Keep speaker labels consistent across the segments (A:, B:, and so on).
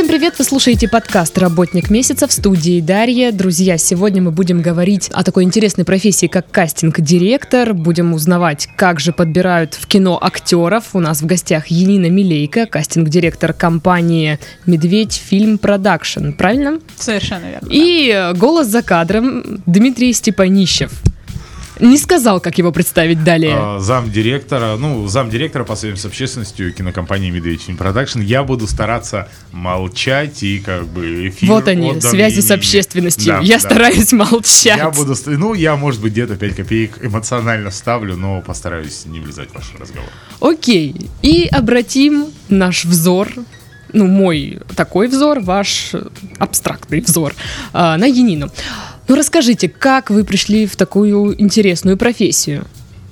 A: привет! Вы слушаете подкаст «Работник месяца», в студии Дарья. Друзья, сегодня мы будем говорить о такой интересной профессии, как кастинг-директор. Будем узнавать, как же подбирают в кино актеров. У нас в гостях Янина Милейко, кастинг-директор компании «Медведь Фильм Продакшн». Правильно?
B: Совершенно верно.
A: И голос за кадром Дмитрий Степанищев. Не сказал, как его представить далее.
C: Замдиректора по связям с общественностью кинокомпании «Медведь Фильм Продакшн». Я буду стараться молчать и эфир.
A: Вот они, связи с общественностью.
C: Да,
A: я стараюсь молчать.
C: Я, может быть, где-то 5 копеек эмоционально вставлю, но постараюсь не влезать в ваш разговор.
A: Окей. И обратим наш взор, мой такой взор, ваш абстрактный взор, на Янину. Расскажите, как вы пришли в такую интересную профессию?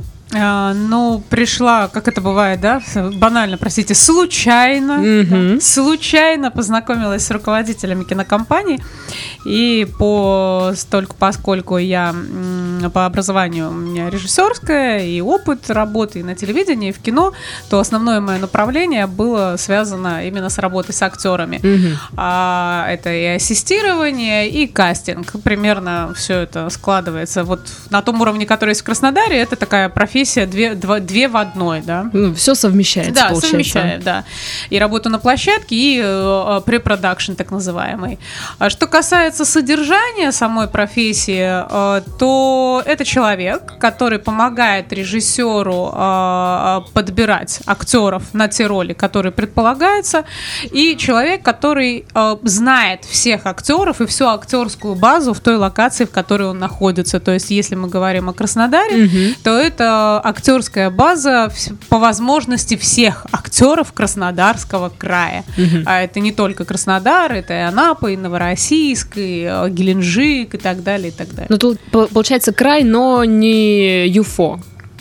B: Пришла, как это бывает, да, банально, случайно. Да, случайно познакомилась с руководителями кинокомпаний. И поскольку я по образованию у меня режиссерская, и опыт работы и на телевидении, и в кино, то основное мое направление было связано именно с работой с актерами. Это и ассистирование, и кастинг. Примерно все это складывается. Вот на том уровне, который есть в Краснодаре, это такая профессия две в одной, да.
A: Все совмещается,
B: да,
A: получается.
B: Совмещает, да. И работу на площадке, и препродакшн, так называемый. Что касается содержания самой профессии, то это человек, который помогает режиссеру подбирать актеров на те роли, которые предполагаются, и человек, который знает всех актеров и всю актерскую базу в той локации, в которой он находится. То есть, если мы говорим о Краснодаре, то это актерская база по возможности всех актеров Краснодарского края. А это не только Краснодар, это и Анапа, и Новороссийск, и Геленджик, и так далее, и так далее.
A: Тут получается край, но не ЮФО.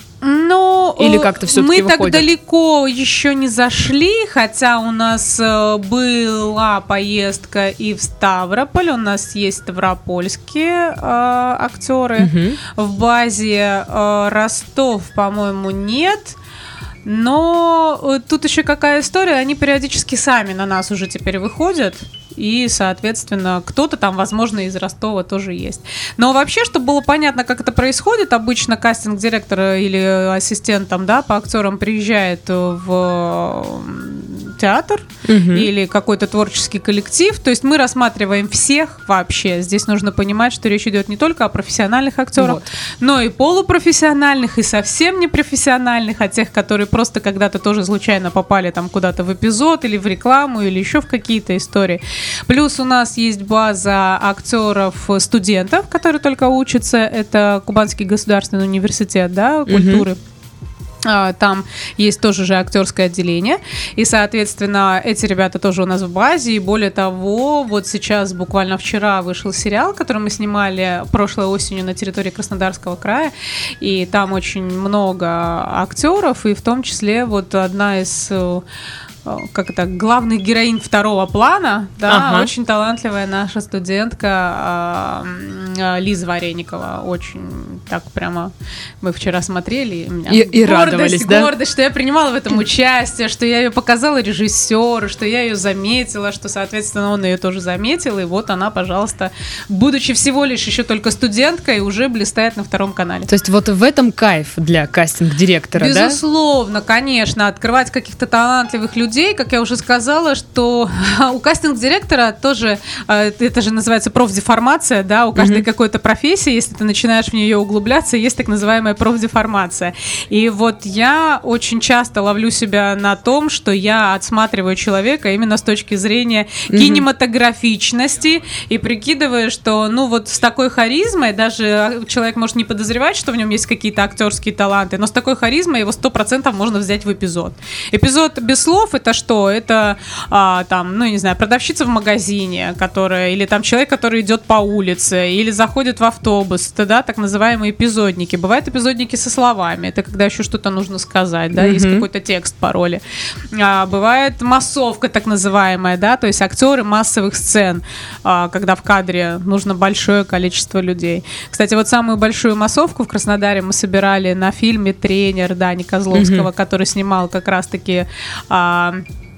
A: Или как-то все-таки
B: мы
A: выходит?
B: Так далеко еще не зашли, хотя у нас была поездка и в Ставрополь, у нас есть ставропольские актеры, в базе Ростов, по-моему, нет. Но тут еще какая история, они периодически сами на нас уже теперь выходят. И, соответственно, кто-то там, возможно, из Ростова тоже есть. Но вообще, чтобы было понятно, как это происходит, обычно кастинг-директор или ассистент там, да, по актерам приезжает в театр или какой-то творческий коллектив. То есть мы рассматриваем всех вообще. Здесь нужно понимать, что речь идет не только о профессиональных актерах, но и полупрофессиональных, и совсем непрофессиональных, а тех, которые просто когда-то тоже случайно попали там куда-то в эпизод или в рекламу, или еще в какие-то истории. Плюс у нас есть база актеров-студентов, которые только учатся. Это Кубанский государственный университет, да, культуры. Там есть тоже же актерское отделение. И, соответственно, эти ребята тоже у нас в базе. И более того, вот сейчас, буквально вчера, вышел сериал, который мы снимали прошлой осенью на территории Краснодарского края. И там очень много актеров. И в том числе вот одна из... главных героинь второго плана, да, очень талантливая наша студентка Лиза Вареникова. Очень так прямо мы вчера смотрели.
A: И радовались, да?
B: Гордость, что я принимала в этом участие, что я ее показала режиссеру, что я ее заметила, что, соответственно, он ее тоже заметил. И вот она, пожалуйста, будучи всего лишь еще только студенткой, уже блистает на втором канале.
A: То есть вот в этом кайф для кастинг-директора, да?
B: Безусловно, конечно, открывать каких-то талантливых людей. Как я уже сказала, что у кастинг-директора тоже, это же называется профдеформация, да, у каждой какой-то профессии, если ты начинаешь в нее углубляться, есть так называемая профдеформация. И вот я очень часто ловлю себя на том, что я отсматриваю человека именно с точки зрения кинематографичности и прикидываю, что, вот с такой харизмой, даже человек может не подозревать, что в нем есть какие-то актерские таланты, но с такой харизмой его 100% можно взять в эпизод. Эпизод без слов — это что? Это продавщица в магазине, которая, или там человек, который идет по улице, или заходит в автобус, это, да, так называемые эпизодники. Бывают эпизодники со словами, это когда еще что-то нужно сказать, да, есть какой-то текст по роли. Бывает массовка, так называемая, да, то есть актеры массовых сцен, когда в кадре нужно большое количество людей. Кстати, вот самую большую массовку в Краснодаре мы собирали на фильме «Тренер» Дани Козловского, который снимал как раз-таки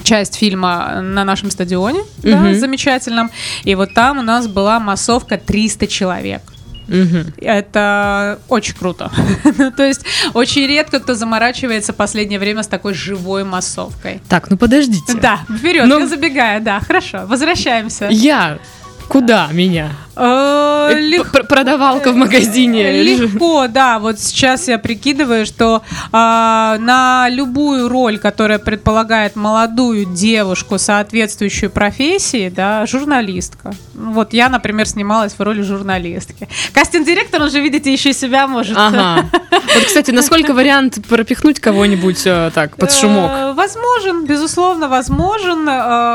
B: часть фильма на нашем стадионе, да, замечательном. И вот там у нас была массовка 300 человек. Это очень круто. То есть очень редко кто заморачивается в последнее время с такой живой массовкой.
A: Так, ну подождите.
B: Да, вперед, я забегаю, да, хорошо, возвращаемся.
A: Куда меня? Продавалка в магазине.
B: Легко, да. Вот сейчас я прикидываю, что на любую роль, которая предполагает молодую девушку, соответствующую профессии, да, журналистка. Вот я, например, снималась в роли журналистки. Кастинг-директор, он же, видите, еще себя может.
A: Ага. Вот, кстати, насколько вариант пропихнуть кого-нибудь так, под шумок?
B: Возможен, безусловно, возможен.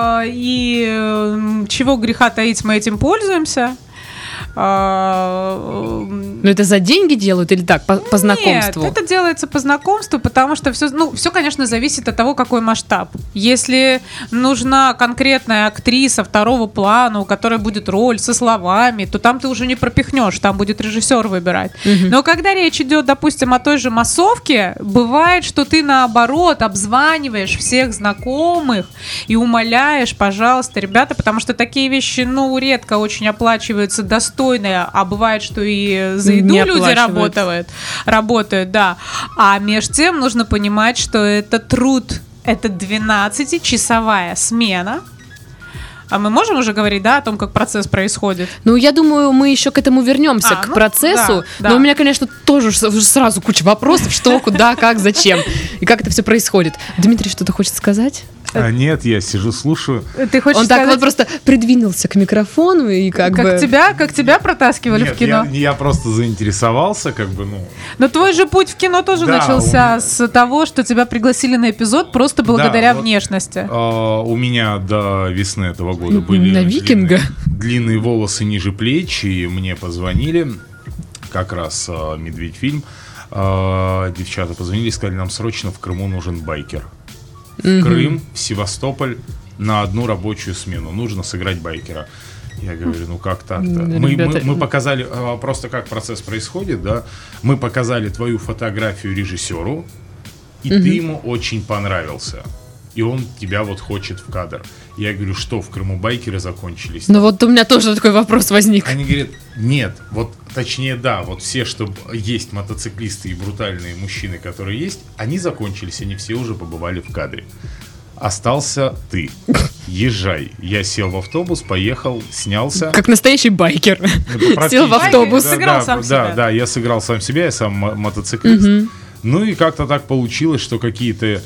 B: И чего греха таить, мы этим пользуемся.
A: Ну, это за деньги делают или так, по знакомству?
B: Нет, это делается по знакомству, потому что все, конечно, зависит от того, какой масштаб. Если нужна конкретная актриса второго плана, у которой будет роль со словами, то там ты уже не пропихнешь, там будет режиссер выбирать. Но когда речь идет, допустим, о той же массовке, бывает, что ты, наоборот, обзваниваешь всех знакомых и умоляешь, пожалуйста, ребята, потому что такие вещи, редко очень оплачиваются достойно, а бывает, что и за еду люди работают, да. А между тем нужно понимать, что это труд, это 12-часовая смена. А мы можем уже говорить, да, о том, как процесс происходит?
A: Ну, я думаю, мы еще к этому вернемся, к процессу. Да. Но у меня, конечно, тоже сразу куча вопросов, что, куда, как, зачем. И как это все происходит. Дмитрий что-то хочет сказать?
C: Нет, я сижу, слушаю.
B: Ты хочешь
A: Он
B: сказать...
A: так вот просто придвинулся к микрофону и как бы...
B: Как тебя протаскивали в кино?
C: Я просто заинтересовался,
B: Но твой же путь в кино тоже начался с того, что тебя пригласили на эпизод просто благодаря внешности.
C: У меня до весны этого года были длинные волосы ниже плеч, и мне позвонили, как раз «Медведь-фильм». Девчата позвонили, сказали, нам срочно в Крыму нужен байкер. В Крым, в Севастополь на одну рабочую смену. Нужно сыграть байкера. Я говорю, как так-то? Мы показали просто, как процесс происходит, да. Мы показали твою фотографию режиссеру, и ты ему очень понравился. И он тебя хочет в кадр. Я говорю, что в Крыму байкеры закончились?
A: Ну вот у меня тоже такой вопрос возник.
C: Они говорят, нет, точнее, все, что есть мотоциклисты и брутальные мужчины, которые есть, они закончились, они все уже побывали в кадре. Остался ты. Езжай. Я сел в автобус, поехал, снялся.
A: Как настоящий байкер. Сел в автобус.
B: Сыграл сам себя.
C: Да, я сыграл сам себя, я сам мотоциклист. Ну и как-то так получилось, что какие-то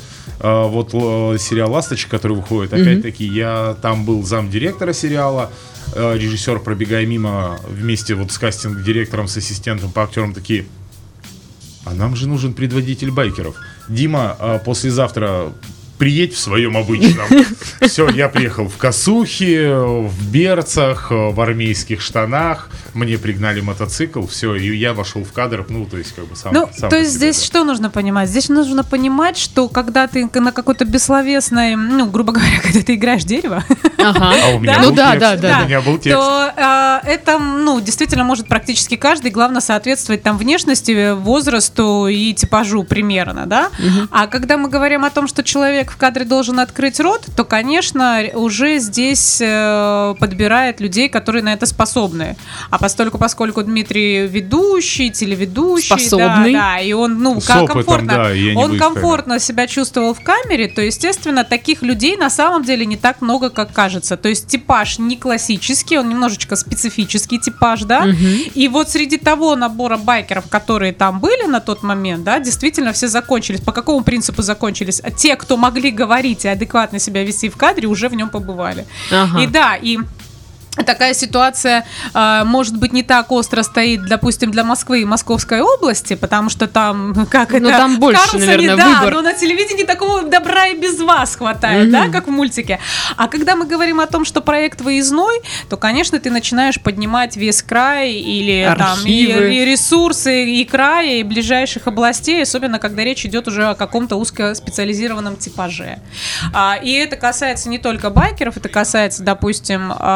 C: сериал «Ласточка», который выходит, опять-таки, я там был замдиректора сериала, режиссер, пробегая мимо вместе с кастинг-директором, с ассистентом по актерам, такие: а нам же нужен предводитель байкеров. Дима, послезавтра приедь в своем обычном. Все, я приехал в косухе, в берцах, в армейских штанах. Мне пригнали мотоцикл, все, и я вошел в кадр, сам.
B: То есть здесь что нужно понимать? Здесь нужно понимать, что когда ты на какой-то бессловесной, грубо говоря, когда ты играешь дерево,
C: а у меня был текст,
B: то это, действительно может практически каждый, главное соответствовать там внешности, возрасту и типажу примерно, да? А когда мы говорим о том, что человек в кадре должен открыть рот, то, конечно, уже здесь подбирает людей, которые на это способны. А поскольку Дмитрий ведущий, телеведущий,
A: способный,
B: и он, комфортно себя чувствовал в камере, то, естественно, таких людей на самом деле не так много, как кажется. То есть типаж не классический, он немножечко специфический типаж, да. И вот среди того набора байкеров, которые там были на тот момент, да, действительно все закончились. По какому принципу закончились? Те, кто могли говорить и адекватно себя вести в кадре, уже в нем побывали. И такая ситуация, может быть, не так остро стоит, допустим, для Москвы и Московской области, потому что там,
A: там больше, наверное, выбор.
B: Но на телевидении такого добра и без вас хватает, да, как в мультике. А когда мы говорим о том, что проект выездной, то, конечно, ты начинаешь поднимать весь край или и ресурсы и края, и ближайших областей, особенно когда речь идет уже о каком-то узкоспециализированном типаже. И это касается не только байкеров, это касается, допустим,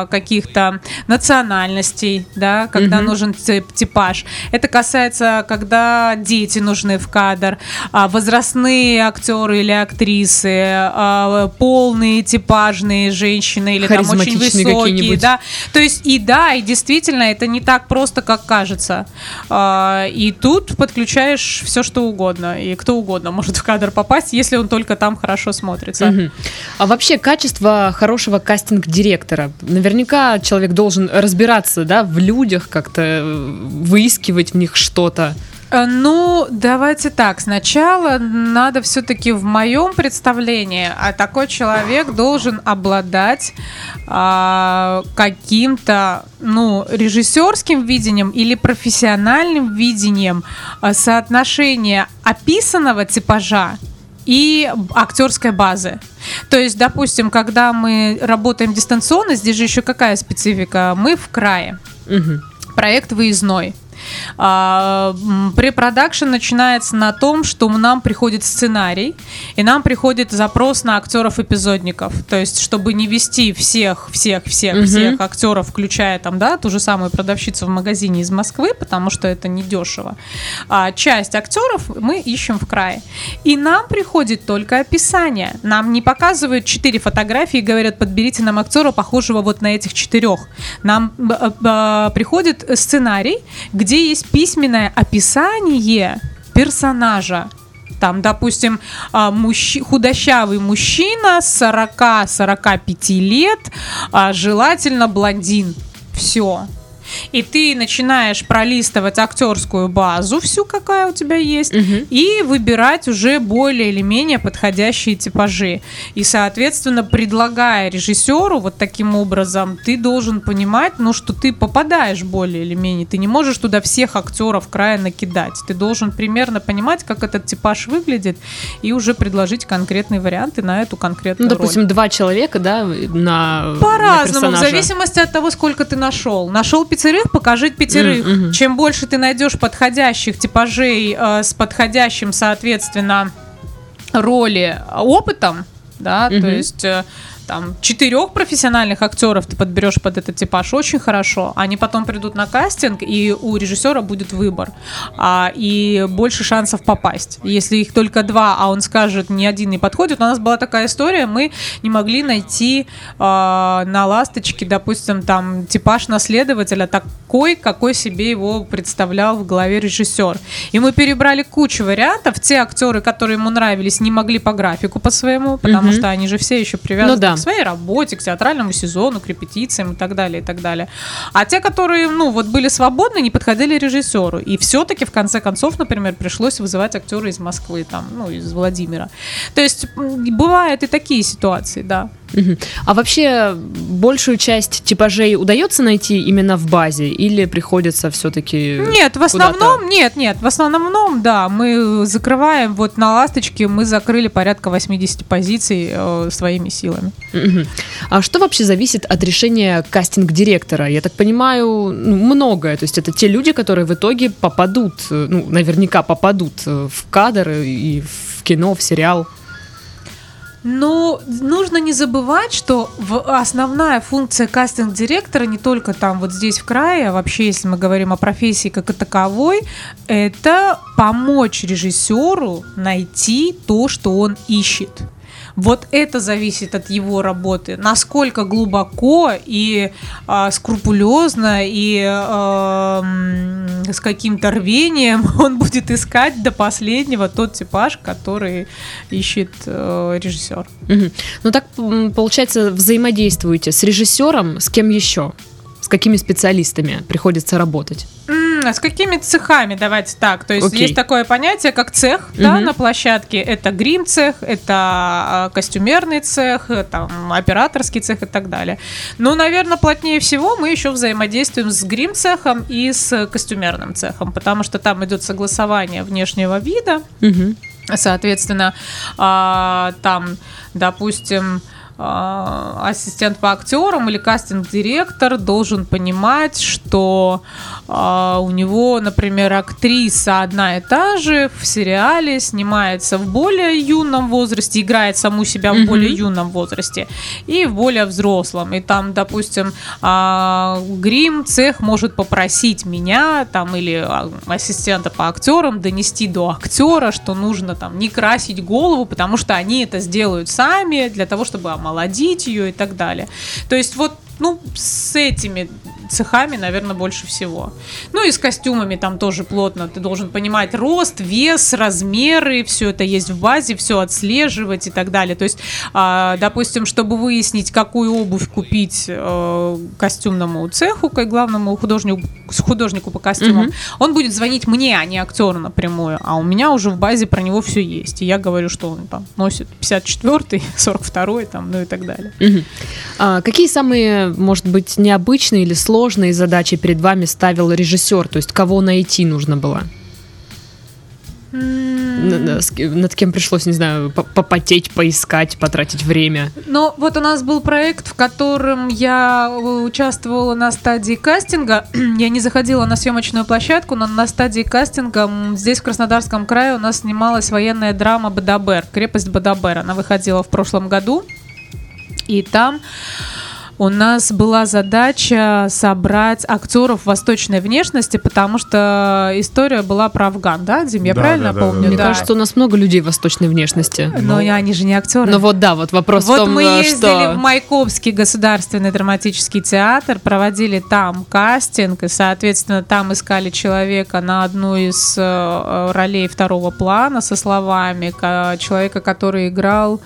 B: каких-то национальностей, да, когда нужен типаж. Это касается, когда дети нужны в кадр, возрастные актеры или актрисы, полные типажные женщины или там очень высокие, да. То есть и действительно это не так просто, как кажется. И тут подключаешь все, что угодно, и кто угодно может в кадр попасть, если он только там хорошо смотрится.
A: А вообще качество хорошего кастинг-директора. Наверняка человек должен разбираться, да, в людях, как-то выискивать в них что-то.
B: Ну, давайте так. Сначала надо все-таки в моем представлении, такой человек должен обладать каким-то, режиссерским видением или профессиональным видением соотношения описанного типажа и актерской базы. То есть, допустим, когда мы работаем дистанционно, здесь же еще какая специфика? Мы в крае. Проект выездной. Препродакшн начинается на том, что нам приходит сценарий, и нам приходит запрос на актеров-эпизодников. То есть, чтобы не вести всех актеров, включая там, да, ту же самую продавщицу в магазине из Москвы, потому что это недешево. Часть актеров мы ищем в крае. И нам приходит только описание. Нам не показывают 4 фотографии и говорят: подберите нам актера, похожего вот на этих 4. Нам приходит сценарий, где есть письменное описание персонажа. Там, допустим, худощавый мужчина 40-45 лет, желательно блондин. Все. И ты начинаешь пролистывать актерскую базу, всю, какая у тебя есть, и выбирать уже более или менее подходящие типажи. И, соответственно, предлагая режиссеру вот таким образом, ты должен понимать, что ты попадаешь более или менее. Ты не можешь туда всех актеров края накидать. Ты должен примерно понимать, как этот типаж выглядит, и уже предложить конкретные варианты на эту конкретную роль.
A: Допустим, 2 человека, да, на
B: по-разному, в зависимости от того, сколько ты нашел. Нашел 5, покажи 5. Чем больше ты найдешь подходящих типажей с подходящим, соответственно, роли опытом, да, то есть там 4 профессиональных актеров ты подберешь под этот типаж очень хорошо, они потом придут на кастинг, и у режиссера будет выбор, и больше шансов попасть. Если их только 2, а он скажет, ни один не подходит. У нас была такая история, мы не могли найти на «Ласточке», допустим, там типаж наследователя такой, какой себе его представлял в голове режиссер. И мы перебрали кучу вариантов. Те актеры, которые ему нравились, не могли по графику по своему, потому что они же все еще привязаны к своей работе, к театральному сезону, к репетициям и так далее, и так далее. А те, которые, были свободны, не подходили режиссеру. И все-таки, в конце концов, например, пришлось вызывать актера из Москвы, из Владимира. То есть, бывают и такие ситуации, да.
A: А вообще, большую часть типажей удается найти именно в базе, или приходится все-таки
B: Нет, в основном, да, мы закрываем, вот на «Ласточке» мы закрыли порядка 80 позиций своими силами.
A: А что вообще зависит от решения кастинг-директора? Я так понимаю, многое. То есть это те люди, которые в итоге попадут, наверняка попадут в кадр и в кино, в сериал.
B: Но нужно не забывать, что основная функция кастинг-директора не только там вот здесь в крае, а вообще, если мы говорим о профессии как о таковой, это помочь режиссеру найти то, что он ищет. Вот это зависит от его работы. Насколько глубоко и скрупулезно и с каким-то рвением он будет искать до последнего тот типаж, который ищет режиссер.
A: Ну так, получается, взаимодействуете с режиссером, с кем еще? С какими специалистами приходится работать?
B: С какими цехами, давайте так. То есть есть такое понятие, как цех, да, на площадке. Это грим-цех, это костюмерный цех, там, операторский цех и так далее. Но, наверное, плотнее всего мы еще взаимодействуем с грим-цехом и с костюмерным цехом, потому что там идет согласование внешнего вида. Соответственно, там, допустим, ассистент по актерам или кастинг-директор должен понимать, что у него, например, актриса одна и та же в сериале снимается в более юном возрасте, играет саму себя в более юном возрасте и в более взрослом. И там, допустим, грим-цех может попросить меня там, или ассистента по актерам донести до актера, что нужно там не красить голову, потому что они это сделают сами для того, чтобы омолодить ее и так далее. То есть вот, с этими цехами, наверное, больше всего. Ну и с костюмами там тоже плотно. Ты должен понимать рост, вес, размеры, все это есть в базе, все отслеживать и так далее. То есть, допустим, чтобы выяснить, какую обувь купить костюмному цеху, как главному художнику по костюмам, он будет звонить мне, а не актеру напрямую. А у меня уже в базе про него все есть. И я говорю, что он там носит 54-й, 42-й, там, ну и так далее.
A: Какие самые, может быть, необычные или сложные задачи перед вами ставил режиссер? То есть кого найти нужно было? Над кем пришлось, не знаю, попотеть, поискать, потратить время?
B: Ну, вот у нас был проект, в котором я участвовала на стадии кастинга. Я не заходила на съемочную площадку, но на стадии кастинга здесь, в Краснодарском крае, у нас снималась военная драма «Бадабер», «Крепость Бадабер». Она выходила в прошлом году. И там у нас была задача собрать актеров восточной внешности, потому что история была про Афган, да, Дим? Я правильно помню?
A: Мне кажется, у нас много людей восточной внешности.
B: Но они же не актеры.
A: Ну вот да, вот вопрос в том, что...
B: Вот мы ездили в Майкопский государственный драматический театр, проводили там кастинг, и, соответственно, там искали человека на одну из ролей второго плана со словами, человека, который играл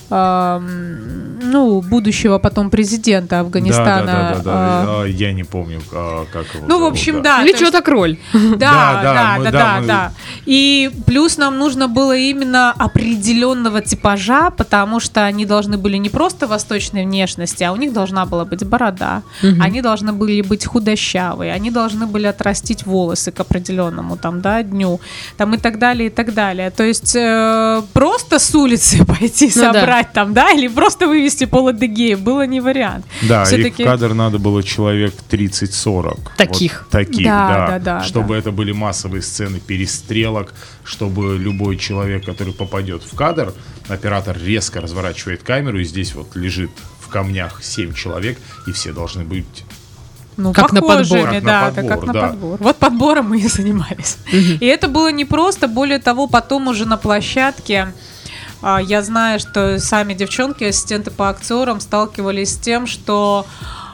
B: будущего потом президента Афганистана.
C: Да. Я не помню, как его
B: зовут, в общем, да.
A: Влечет так роль.
B: Да. И плюс нам нужно было именно определенного типажа, потому что они должны были не просто восточной внешности, а у них должна была быть борода, они должны были быть худощавые, они должны были отрастить волосы к определенному дню, там и так далее, и так далее. То есть просто с улицы пойти собрать или просто вывести пол-Адыгеи было не вариант.
C: Да, все-таки... и в кадр надо было человек 30-40.
A: Таких.
C: Вот таких, да. Чтобы это были массовые сцены перестрелок, чтобы любой человек, который попадет в кадр, оператор резко разворачивает камеру, и здесь вот лежит в камнях 7 человек, и все должны быть...
A: как на подбор.
B: Как на подбор. Вот подбором мы и занимались. И это было непросто. Более того, потом уже на площадке я знаю, что сами девчонки, ассистенты по актерам, сталкивались с тем, что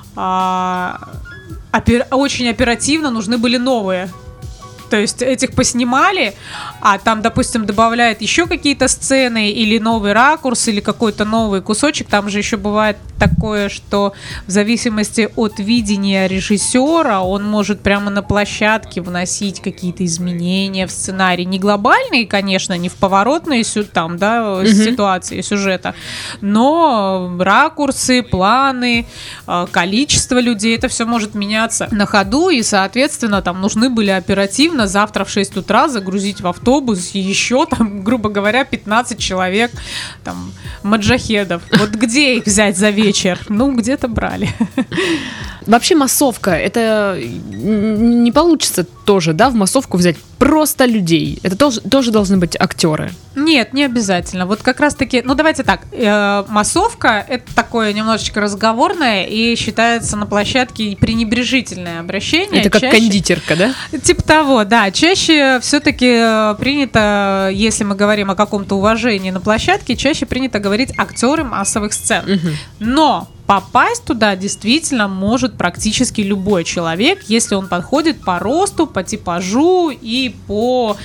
B: очень оперативно нужны были новые. То есть этих поснимали, а там, допустим, добавляют еще какие-то сцены или новый ракурс, или какой-то новый кусочек. Там же еще бывает такое, что в зависимости от видения режиссера он может прямо на площадке вносить какие-то изменения в сценарий. Не глобальные, конечно, не в поворотные ситуации сюжета, но ракурсы, планы, количество людей, это все может меняться на ходу, и, соответственно, там нужны были оперативно завтра в 6 утра загрузить в автобус еще, грубо говоря, 15 человек, маджахедов. Вот где их взять за вечер? Где-то брали.
A: Вообще массовка, это не получится тоже, в массовку взять просто людей. Это тоже должны быть актеры.
B: Нет, не обязательно. Вот как раз-таки, давайте так, массовка — это такое немножечко разговорное и считается на площадке пренебрежительное обращение.
A: Это как кондитерка, да?
B: Типа того, да. Чаще все-таки принято, если мы говорим о каком-то уважении на площадке, чаще принято говорить актеры массовых сцен. Но попасть туда действительно может практически любой человек, если он подходит по росту, по типажу и по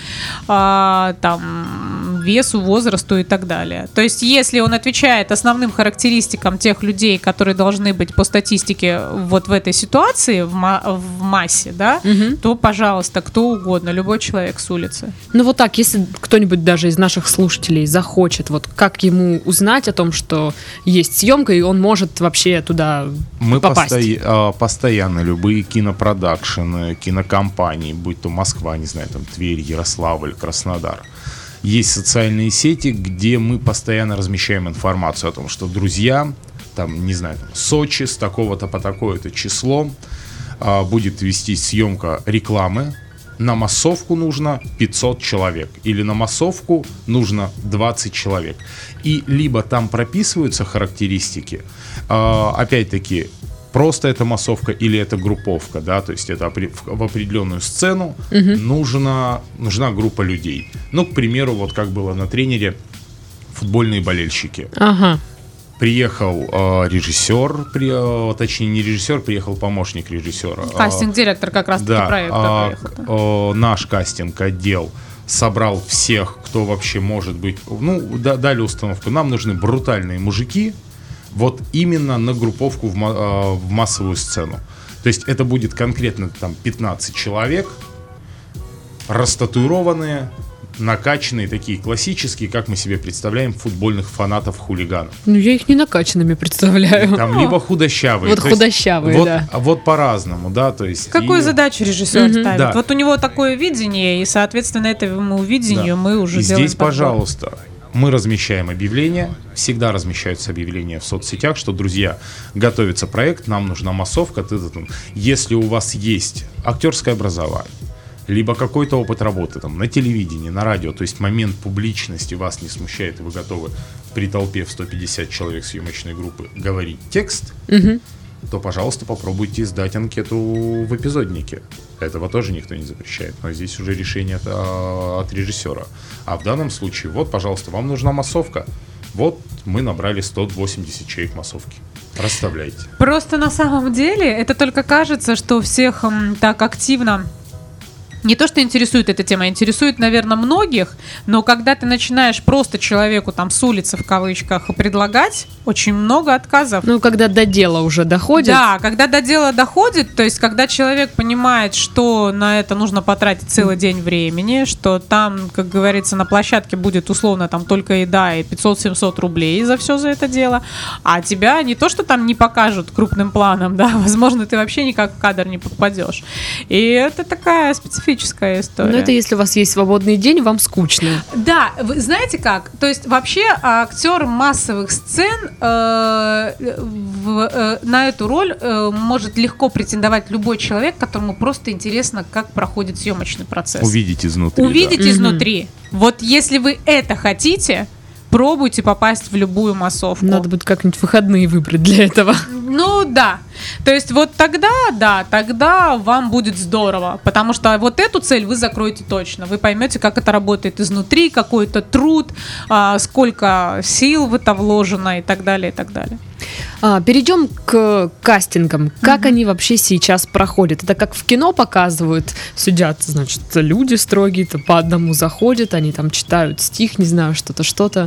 B: весу, возрасту и так далее. То есть, если он отвечает основным характеристикам тех людей, которые должны быть по статистике вот в этой ситуации, в массе, то, пожалуйста, кто угодно, любой человек с улицы.
A: Вот так, если кто-нибудь даже из наших слушателей захочет, вот как ему узнать о том, что есть съемка, и он может вообще туда попасть?
C: Мы постоянно любые кинопродакшены, кинокомпании, будь то Москва, не знаю, Тверь, Ярославль, Краснодар, есть социальные сети, где мы постоянно размещаем информацию о том, что, друзья, там, не знаю, Сочи с такого-то по такое-то число будет вестись съемка рекламы. На массовку нужно 500 человек или на массовку нужно 20 человек. И либо там прописываются характеристики, опять-таки, просто это массовка или это групповка, да, то есть это в определенную сцену нужна группа людей. Ну, к примеру, вот как было на тренере футбольные болельщики.
A: Ага.
C: Приехал режиссер, точнее не режиссер, приехал помощник режиссера.
B: Кастинг-директор как раз-таки проекта приехал.
C: Наш кастинг-отдел собрал всех, кто вообще может быть. Ну, дали установку. Нам нужны брутальные мужики, вот именно на групповку в массовую сцену. То есть это будет конкретно там 15 человек, растатуированные, накачанные, такие классические, как мы себе представляем, футбольных фанатов-хулиганов.
A: Ну, я их не накачанными представляю.
C: Там либо худощавые.
A: Вот худощавые, да.
C: Вот по-разному, да, то есть...
B: Какую задачу режиссер ставит?
C: Да.
B: Вот у него такое видение, и, соответственно, этому видению мы уже
C: и
B: делаем
C: здесь, пожалуйста, мы размещаем объявления, всегда размещаются объявления в соцсетях, что, друзья, готовится проект, нам нужна массовка. Если у вас есть актерское образование, либо какой-то опыт работы там, на телевидении, на радио, то есть момент публичности вас не смущает, и вы готовы при толпе в 150 человек съемочной группы говорить текст, то, пожалуйста, попробуйте сдать анкету в эпизоднике. Этого тоже никто не запрещает, но здесь уже решение от режиссера. А в данном случае, вот, пожалуйста, вам нужна массовка. Вот мы набрали 180 человек массовки. Расставляйте.
B: Просто на самом деле это только кажется, что всех так активно не то, что интересует эта тема, интересует, наверное, многих, но когда ты начинаешь просто человеку там с улицы, в кавычках, предлагать, очень много отказов.
A: Ну, когда до дела уже доходит.
B: Да, когда до дела доходит, то есть когда человек понимает, что на это нужно потратить целый день времени, что там, как говорится, на площадке будет условно там только еда и 500-700 рублей за все за это дело, а тебя не то, что там не покажут крупным планом, да, возможно, ты вообще никак в кадр не попадешь. И это такая специфическая история.
A: Но это если у вас есть свободный день, вам скучно.
B: Да, вы знаете как? То есть вообще актер массовых сцен на эту роль может легко претендовать любой человек, которому просто интересно, как проходит съемочный процесс.
C: Увидеть изнутри.
B: Увидеть изнутри. Вот если вы это хотите, пробуйте попасть в любую массовку.
A: Надо будет как-нибудь выходные выбрать для этого.
B: Ну да. То есть вот тогда вам будет здорово, потому что вот эту цель вы закроете точно. Вы поймете, как это работает изнутри, какой-то труд, сколько сил в это вложено и так далее, и так далее.
A: Перейдем к кастингам. Как они вообще сейчас проходят? Это как в кино показывают, сидят, значит, люди строгие, по одному заходят, они там читают стих, не знаю, что-то.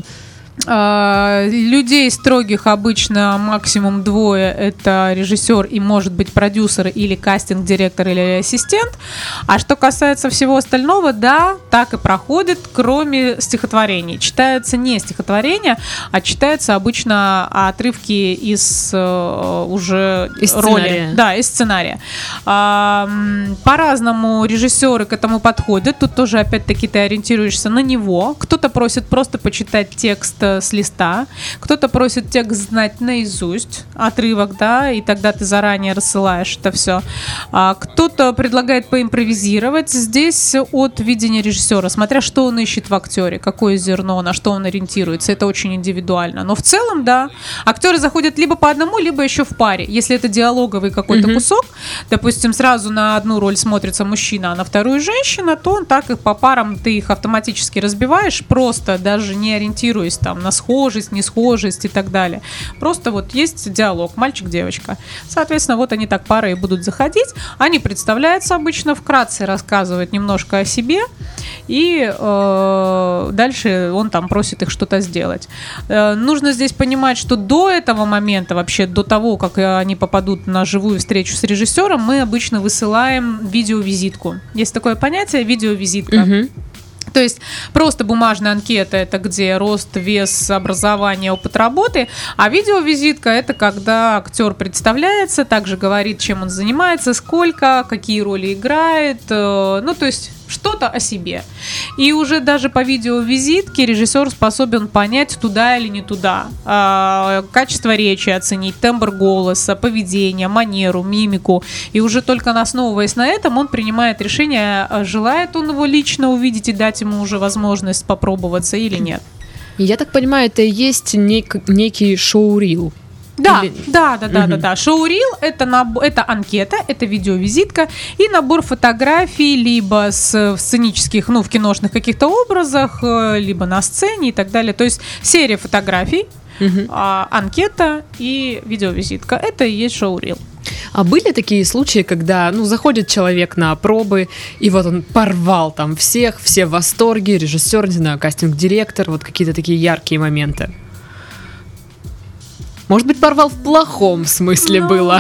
B: Людей строгих обычно максимум двое. Это режиссер и, может быть, продюсер или кастинг-директор или ассистент. А что касается всего остального, да, так и проходит, кроме стихотворений. Читаются не стихотворения, а читаются обычно отрывки из уже роли. Да, из сценария. По-разному режиссеры к этому подходят. Тут тоже, опять-таки, ты ориентируешься на него. Кто-то просит просто почитать текст с листа, кто-то просит текст знать наизусть, отрывок, да, и тогда ты заранее рассылаешь это все. Кто-то предлагает поимпровизировать. Здесь от видения режиссера, смотря что он ищет в актере, какое зерно, на что он ориентируется, это очень индивидуально. Но в целом, да, актеры заходят либо по одному, либо еще в паре. Если это диалоговый какой-то кусок, допустим, сразу на одну роль смотрится мужчина, а на вторую женщина, то он так их по парам, ты их автоматически разбиваешь, просто даже не ориентируясь там на схожесть, несхожесть и так далее. Просто вот есть диалог мальчик-девочка. Соответственно, вот они так парой будут заходить. Они представляются обычно, вкратце рассказывают немножко о себе, и дальше он там просит их что-то сделать. Нужно здесь понимать, что до этого момента, вообще до того, как они попадут на живую встречу с режиссером, мы обычно высылаем видеовизитку. Есть такое понятие видеовизитка. То есть просто бумажная анкета — это где рост, вес, образование, опыт работы, а видеовизитка — это когда актер представляется, также говорит, чем он занимается, сколько, какие роли играет, ну то есть что-то о себе. И уже даже по видеовизитке режиссер способен понять, туда или не туда. Качество речи оценить, тембр голоса, поведение, манеру, мимику. И уже только основываясь на этом, он принимает решение, желает он его лично увидеть и дать ему уже возможность попробоваться или нет.
A: Я так понимаю, это и есть некий шоурил.
B: Да. Шоурил — это анкета, это видеовизитка и набор фотографий либо в сценических, в киношных каких-то образах, либо на сцене и так далее. То есть серия фотографий, анкета и видеовизитка. Это и есть шоурил.
A: А были такие случаи, когда, заходит человек на пробы, и вот он порвал там всех, все в восторге, режиссер, не знаю, кастинг-директор, вот какие-то такие яркие моменты? Может быть, порвал в плохом смысле было?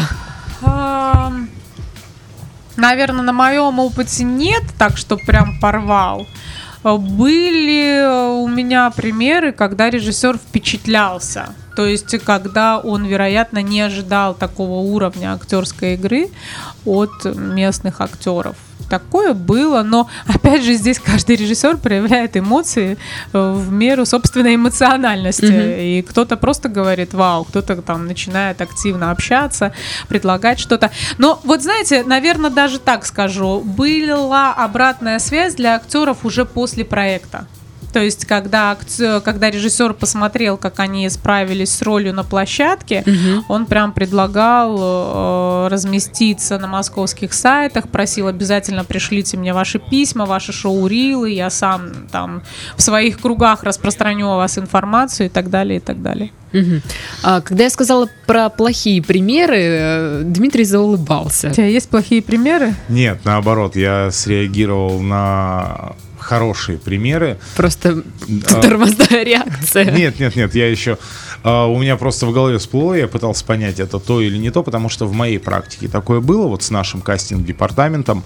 B: Наверное, на моем опыте нет, так что прям порвал. Были у меня примеры, когда режиссер впечатлялся. То есть, когда он, вероятно, не ожидал такого уровня актерской игры от местных актеров. Такое было, но, опять же, здесь каждый режиссер проявляет эмоции в меру собственной эмоциональности. И кто-то просто говорит «вау», кто-то там начинает активно общаться, предлагать что-то. Но вот, знаете, наверное, даже так скажу, была обратная связь для актеров уже после проекта. То есть, когда режиссер посмотрел, как они справились с ролью на площадке, он прям предлагал разместиться на московских сайтах, просил обязательно пришлите мне ваши письма, ваши шоурилы, я сам там в своих кругах распространю о вас информацию и так далее, и так далее.
A: Когда я сказала про плохие примеры, Дмитрий заулыбался.
B: У тебя есть плохие примеры?
C: Нет, наоборот, я среагировал на хорошие примеры.
A: Просто тормозная реакция.
C: Нет, я еще... У меня просто в голове всплыло, я пытался понять, это то или не то, потому что в моей практике такое было, вот с нашим кастинг-департаментом.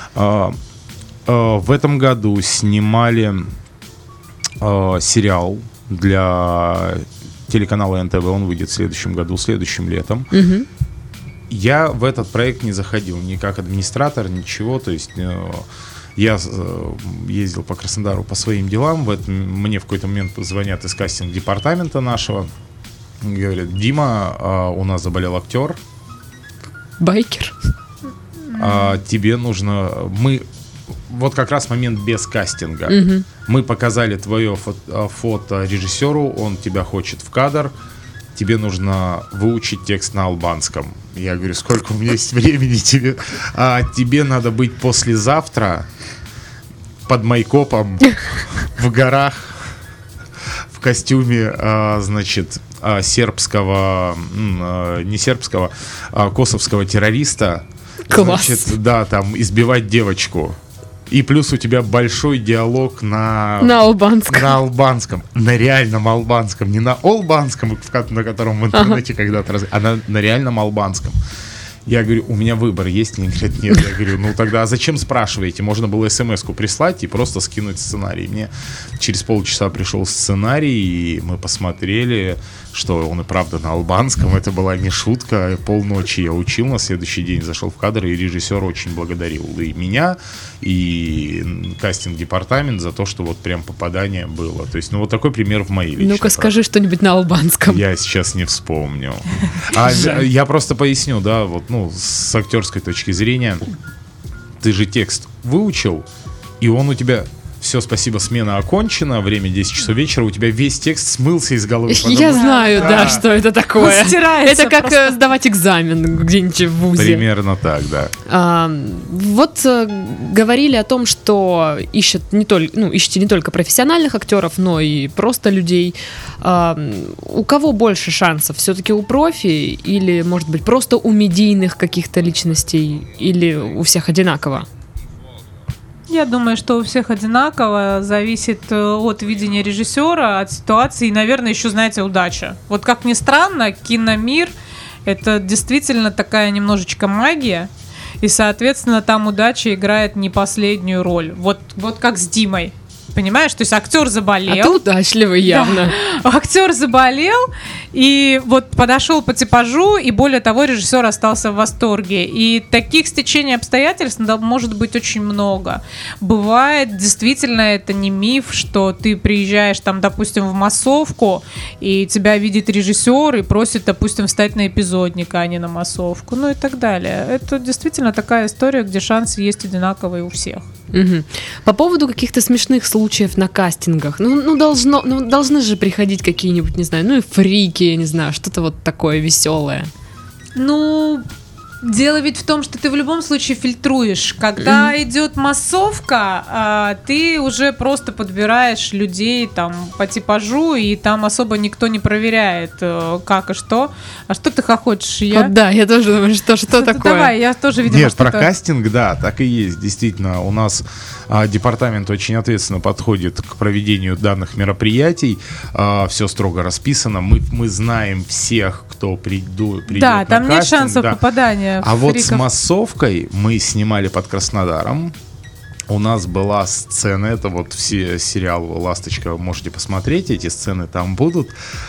C: В этом году снимали сериал для телеканала НТВ, он выйдет в следующем году, следующим летом. Я в этот проект не заходил ни как администратор, ничего, то есть... Я ездил по Краснодару по своим делам. Мне в какой-то момент звонят из кастинг-департамента нашего. Говорят: Дима, у нас заболел актер.
A: Байкер.
C: Тебе нужно... Вот как раз момент без кастинга. Мы показали твое фото режиссеру, он тебя хочет в кадр. Тебе нужно выучить текст на албанском. Я говорю: сколько у меня есть времени тебе? Тебе надо быть послезавтра под майкопом в горах в костюме, сербского, не сербского, косовского террориста.
A: Класс.
C: Значит, да, там избивать девочку. И плюс у тебя большой диалог на
A: албанском.
C: На албанском. На реальном албанском. Не на албанском, на котором в интернете когда-то а на реальном албанском. Я говорю: у меня выбор есть? Они говорят: нет. Я говорю: тогда тогда спрашиваете? Можно было смс-ку прислать и просто скинуть сценарий. Мне через полчаса пришел сценарий, и мы посмотрели, что он и правда на албанском. Это была не шутка. Полночи я учил, на следующий день зашел в кадр, и режиссер очень благодарил и меня, и кастинг-департамент за то, что вот прям попадание было. То есть, вот такой пример в моей личной
A: Ну-ка, скажи что-нибудь на албанском.
C: Я сейчас не вспомню. Я просто поясню, да, с актерской точки зрения. Ты же текст выучил, и он у тебя... Все, спасибо, смена окончена, время 10 часов вечера, у тебя весь текст смылся из головы.
A: Я знаю, да, что это такое. Это как просто сдавать экзамен где-нибудь в вузе.
C: Примерно так, да.
A: Говорили о том, что ищете не только профессиональных актеров, но и просто людей. У кого больше шансов? Все-таки у профи или, может быть, просто у медийных каких-то личностей? Или у всех одинаково?
B: Я думаю, что у всех одинаково, зависит от видения режиссера, от ситуации и, наверное, еще, знаете, удача. Вот как ни странно, киномир — это действительно такая немножечко магия, и, соответственно, там удача играет не последнюю роль. Вот как с Димой. Понимаешь, то есть актер заболел.
A: А ты удачливый явно.
B: Да. Актер заболел, и вот подошел по типажу, и более того, режиссер остался в восторге. И таких стечений обстоятельств может быть очень много. Бывает, действительно, это не миф, что ты приезжаешь там, допустим, в массовку, и тебя видит режиссер и просит, допустим, встать на эпизодника, а не на массовку, ну и так далее. Это действительно такая история, где шансы есть одинаковые у всех.
A: Угу. По поводу каких-то смешных случаев на кастингах, должны же приходить какие-нибудь, не знаю, и фрики, я не знаю, что-то вот такое веселое.
B: Дело ведь в том, что ты в любом случае фильтруешь. Когда идет массовка, ты уже просто подбираешь людей там по типажу, и там особо никто не проверяет, как и что. А что ты хохочешь?
A: Вот да, я тоже думаю, что такое.
B: Давай, я тоже, видимо,
C: Нет, про кастинг, да, так и есть. Действительно, у нас департамент очень ответственно подходит к проведению данных мероприятий. Все строго расписано. Мы знаем всех, кто придет
B: да,
C: на
B: там
C: кастинг.
B: нет шансов попадания.
C: А вот с массовкой мы снимали под Краснодаром. У нас была сцена, это вот все сериал «Ласточка», вы можете посмотреть, эти сцены там будут.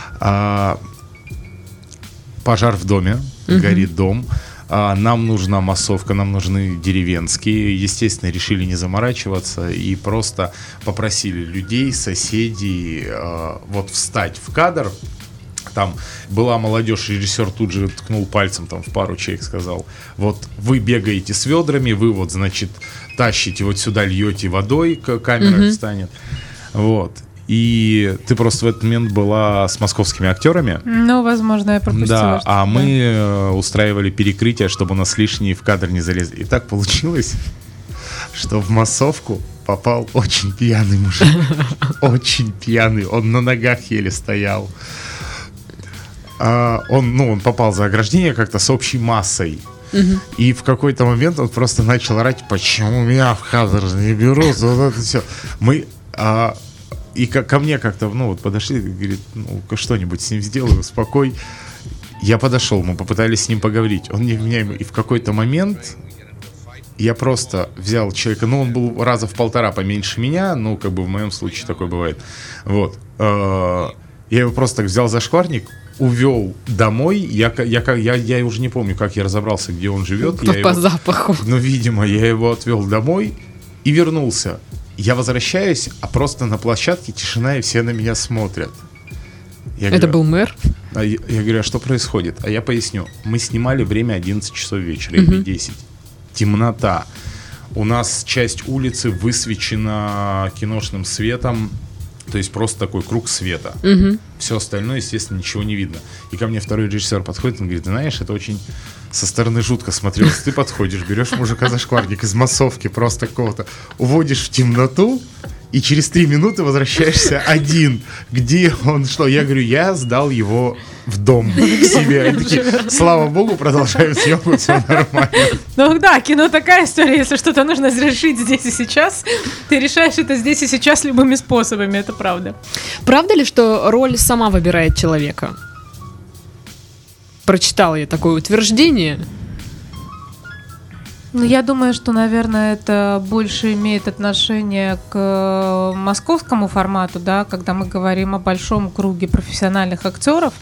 C: Пожар в доме, горит дом. Нам нужна массовка, нам нужны деревенские. Естественно, решили не заморачиваться и просто попросили людей, соседей вот встать в кадр. Там была молодежь, режиссер тут же ткнул пальцем там в пару человек, сказал: вот вы бегаете с ведрами, вы вот, значит, тащите вот сюда, льете водой, камера встанет. Вот. И ты просто в этот момент была с московскими актерами.
B: Ну, возможно, я пропустила.
C: Да, мы устраивали перекрытие, чтобы у нас лишние в кадр не залезли. И так получилось, что в массовку попал очень пьяный мужик. Очень пьяный. Он на ногах еле стоял. Он попал за ограждение как-то с общей массой. И в какой-то момент он просто начал орать: почему меня в кадр не берут? Вот это все. И ко мне как-то, подошли, говорит: что-нибудь с ним сделай, успокой. Я подошел, мы попытались с ним поговорить. Он невменяемый. И в какой-то момент я просто взял человека, он был раза в 1,5 поменьше меня, в моем случае такое бывает. Вот. Я его просто так взял за шкварник, увел домой. Я уже не помню, как я разобрался, где он живет.
A: По запаху.
C: Видимо, я его отвел домой и вернулся. Я возвращаюсь, а просто на площадке тишина, и все на меня смотрят.
A: Это был мэр?
C: Я говорю: а что происходит? А я поясню. Мы снимали время 11 часов вечера или 10. Темнота. У нас часть улицы высвечена киношным светом. То есть просто такой круг света. Все остальное, естественно, ничего не видно. И ко мне второй режиссер подходит, он говорит: знаешь, это очень со стороны жутко смотрелось. Ты подходишь, берешь мужика за шкварник из массовки просто какого-то, уводишь в темноту, и через 3 минуты возвращаешься один. Где он, что? Я говорю: я сдал его в дом к себе. Они такие: слава богу, продолжают съемку, все нормально.
B: Кино такая история. Если что-то нужно решить здесь и сейчас, ты решаешь это здесь и сейчас любыми способами, это правда.
A: Правда ли, что роль сама выбирает человека? Прочитала я такое утверждение.
B: Я думаю, что, наверное, это больше имеет отношение к московскому формату, да, когда мы говорим о большом круге профессиональных актеров.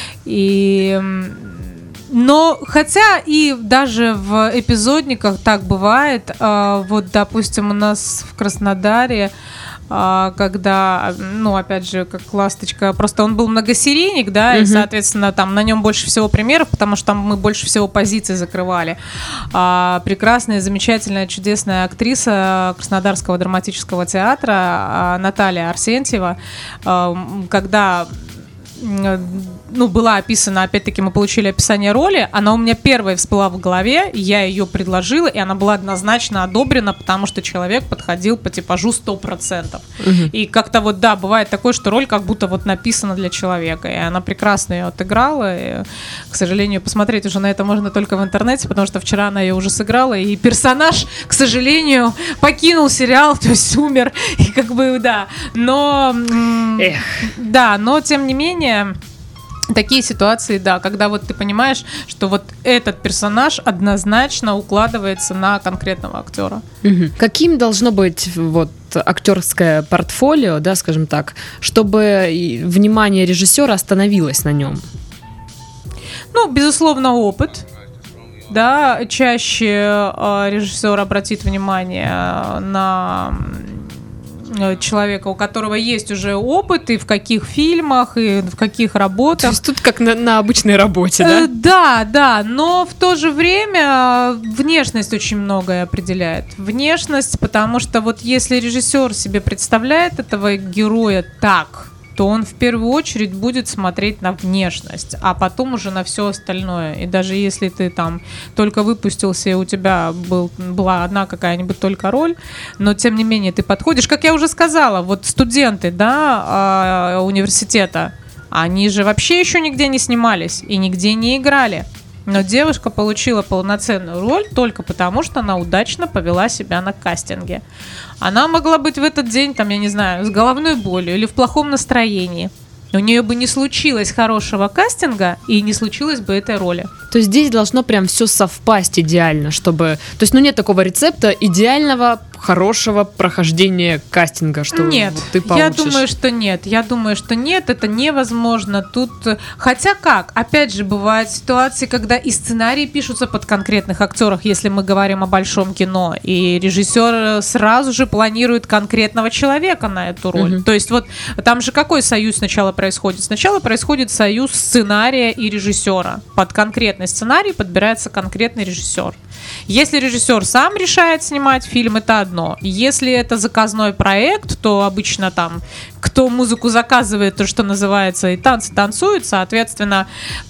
B: Но хотя и даже в эпизодниках так бывает, вот, допустим, у нас в Краснодаре, когда, опять же, как «Ласточка», просто он был многосерийник, да, и, соответственно, там на нем больше всего примеров, потому что там мы больше всего позиций закрывали. Прекрасная, замечательная, чудесная актриса Краснодарского драматического театра Наталья Арсентьева, когда была описана, опять-таки мы получили описание роли, она у меня первая всплыла в голове, я ее предложила, и она была однозначно одобрена, потому что человек подходил по типажу 100%. И как-то бывает такое, что роль как будто написана для человека, и она прекрасно ее отыграла, и, к сожалению, посмотреть уже на это можно только в интернете, потому что вчера она ее уже сыграла, и персонаж, к сожалению, покинул сериал, то есть умер, и но тем не менее, такие ситуации, да, когда ты понимаешь, что этот персонаж однозначно укладывается на конкретного актера.
A: Каким должно быть актерское портфолио, да, скажем так, чтобы внимание режиссера остановилось на нем?
B: Ну, безусловно, опыт. Да, чаще режиссер обратит внимание на человека, у которого есть уже опыт, и в каких фильмах, и в каких работах. То
A: есть тут как на обычной работе,
B: да? Да, но в то же время внешность очень многое определяет. Внешность, потому что вот если режиссер себе представляет этого героя так, то он в первую очередь будет смотреть на внешность, а потом уже на все остальное. И даже если ты там только выпустился, и у тебя была одна какая-нибудь только роль, но тем не менее ты подходишь, как я уже сказала, вот студенты, да, университета, они же вообще еще нигде не снимались и нигде не играли. Но девушка получила полноценную роль только потому, что она удачно повела себя на кастинге. Она могла быть в этот день, там, я не знаю, с головной болью или в плохом настроении. У нее бы не случилось хорошего кастинга, и не случилось бы этой роли.
A: То есть здесь должно прям все совпасть идеально, чтобы... То есть, нет такого рецепта идеального, хорошего прохождения кастинга, что
B: нет,
A: вот ты получишь.
B: Я думаю, что нет, это невозможно. Тут, хотя как, опять же, бывают ситуации, когда и сценарии пишутся под конкретных актеров, если мы говорим о большом кино, и режиссер сразу же планирует конкретного человека на эту роль. То есть вот там же какой союз сначала происходит? Сначала происходит союз сценария и режиссера. Под конкретный сценарий подбирается конкретный режиссер. Если режиссер сам решает снимать фильм, это одно. Если это заказной проект, то обычно там, кто музыку заказывает, то, что называется, и танцы танцуют, соответственно,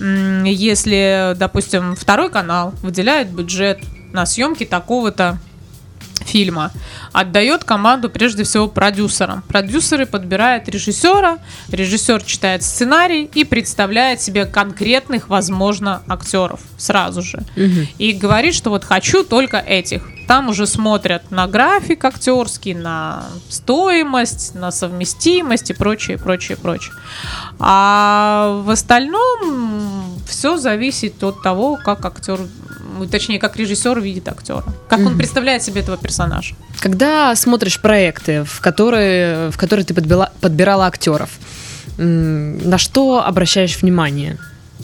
B: если, допустим, второй канал выделяет бюджет на съемки такого-то фильма, отдает команду прежде всего продюсерам. Продюсеры подбирают режиссера, режиссер читает сценарий и представляет себе конкретных, возможно, актеров сразу же. И говорит, что вот хочу только этих. Там уже смотрят на график актерский, на стоимость, на совместимость и прочее, прочее, прочее. А в остальном все зависит от того, как актер, точнее, как режиссер видит актера, как он представляет себе этого персонажа.
A: Когда смотришь проекты, в которые ты подбирала актеров, на что обращаешь внимание?